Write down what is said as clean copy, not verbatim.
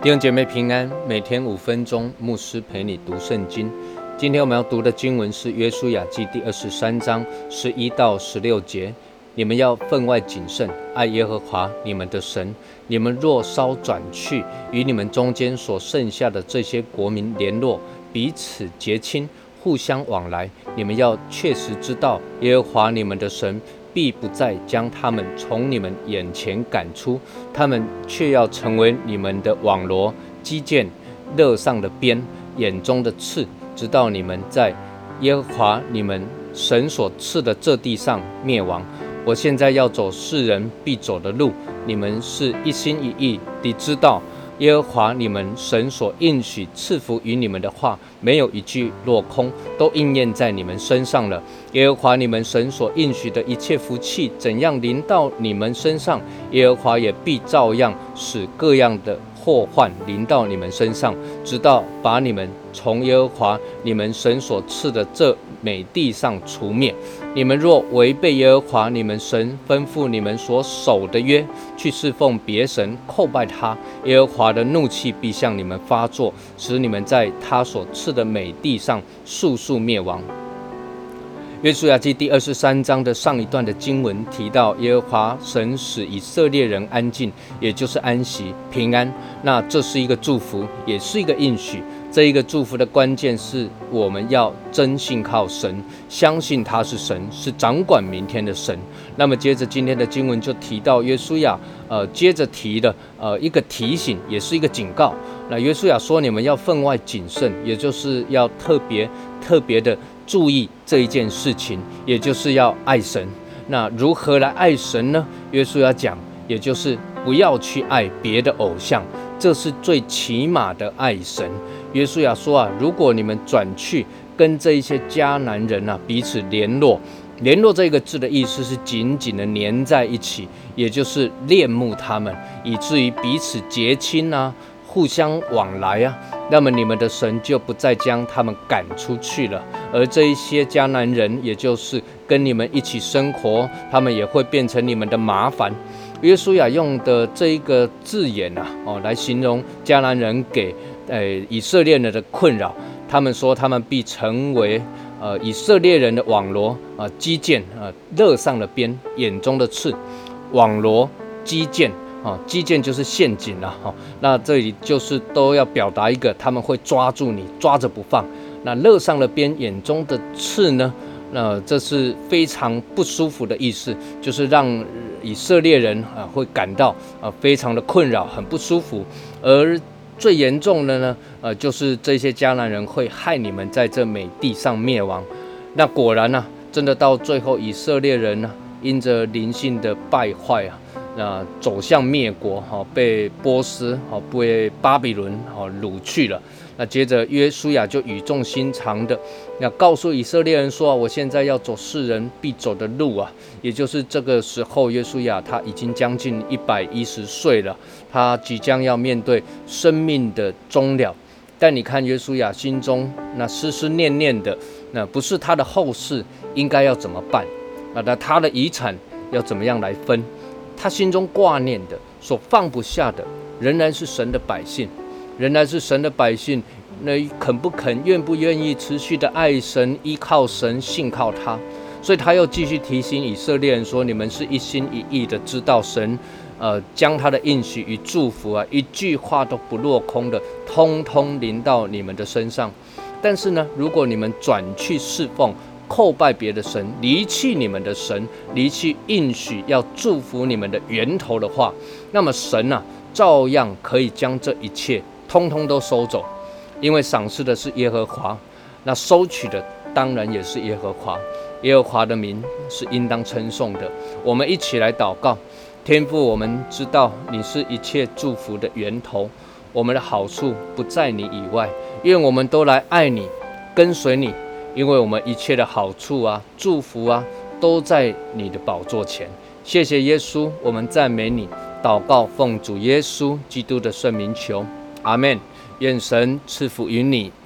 弟兄姐妹平安，每天5分钟，牧师陪你读圣经。今天我们要读的经文是约书亚记第23章11到16节。你们要分外谨慎，爱耶和华你们的神。你们若稍转去，与你们中间所剩下的这些国民联络，彼此结亲，互相往来，你们要确实知道，耶和华你们的神必不再将他们从你们眼前赶出，他们却要成为你们的网罗、基箭、肋上的鞭、眼中的刺，直到你们在耶和华你们神所赐的这地上灭亡。我现在要走世人必走的路，你们是一心一意地知道，耶和华你们神所应许赐福于你们的话，没有一句落空，都应验在你们身上了。耶和华你们神所应许的一切福气，怎样临到你们身上，耶和华也必照样使各样的祸患临到你们身上，直到把你们从耶和华你们神所赐的这美地上除灭。你们若违背耶和华你们神吩咐你们所守的约，去侍奉别神，叩拜他，耶和华的怒气必向你们发作，使你们在他所赐的美地上速速灭亡。约书亚记第23章的上一段的经文提到，耶和华神使以色列人安静，也就是安息平安。那这是一个祝福，也是一个应许。这一个祝福的关键是我们要真信靠神，相信他是神，是掌管明天的神。那么接着今天的经文就提到约书亚接着提的一个提醒，也是一个警告。那约书亚说，你们要分外谨慎，也就是要特别的注意这一件事情，也就是要爱神。那如何来爱神呢？约书亚讲，也就是不要去爱别的偶像，这是最起码的爱神。约书亚说如果你们转去跟这一些迦南人彼此联络，联络这个字的意思是紧紧的粘在一起，也就是恋慕他们，以至于彼此结亲互相往来那么你们的神就不再将他们赶出去了。而这一些迦南人，也就是跟你们一起生活，他们也会变成你们的麻烦。约书亚用的这一个字眼来形容迦南人给以色列人的困扰。他们说他们必成为以色列人的网罗、基箭、肋上的鞭、眼中的刺。网罗、基箭基箭就是陷阱那这里就是都要表达一个他们会抓住你，抓着不放。那肋上的鞭、眼中的刺呢？这是非常不舒服的意思，就是让以色列人会感到非常的困扰，很不舒服。而最严重的呢，就是这些迦南人会害你们在这美地上灭亡。那果然真的到最后，以色列人因着灵性的败坏走向灭国，被波斯被巴比伦掳去了。那接着约书亚就语重心长的要告诉以色列人说，我现在要走世人必走的路也就是这个时候，约书亚他已经将近110岁了，他即将要面对生命的终了。但你看约书亚心中那思思念念的，那不是他的后事应该要怎么办，那他的遗产要怎么样来分，他心中挂念的，所放不下的，仍然是神的百姓，仍然是神的百姓。那肯不肯、愿不愿意持续的爱神、依靠神、信靠他？所以他又继续提醒以色列人说：你们是一心一意的知道神，将他的应许与祝福一句话都不落空的，通通临到你们的身上。但是呢，如果你们转去侍奉、叩拜别的神，离弃你们的神，离弃应许要祝福你们的源头的话，那么神照样可以将这一切通通都收走，因为赏赐的是耶和华，那收取的当然也是耶和华。耶和华的名是应当称颂的。我们一起来祷告。天父，我们知道你是一切祝福的源头，我们的好处不在你以外，愿我们都来爱你，跟随你，因为我们一切的好处祝福都在你的宝座前。谢谢耶稣，我们赞美你。祷告奉主耶稣基督的圣名求，阿们。愿神赐福于你。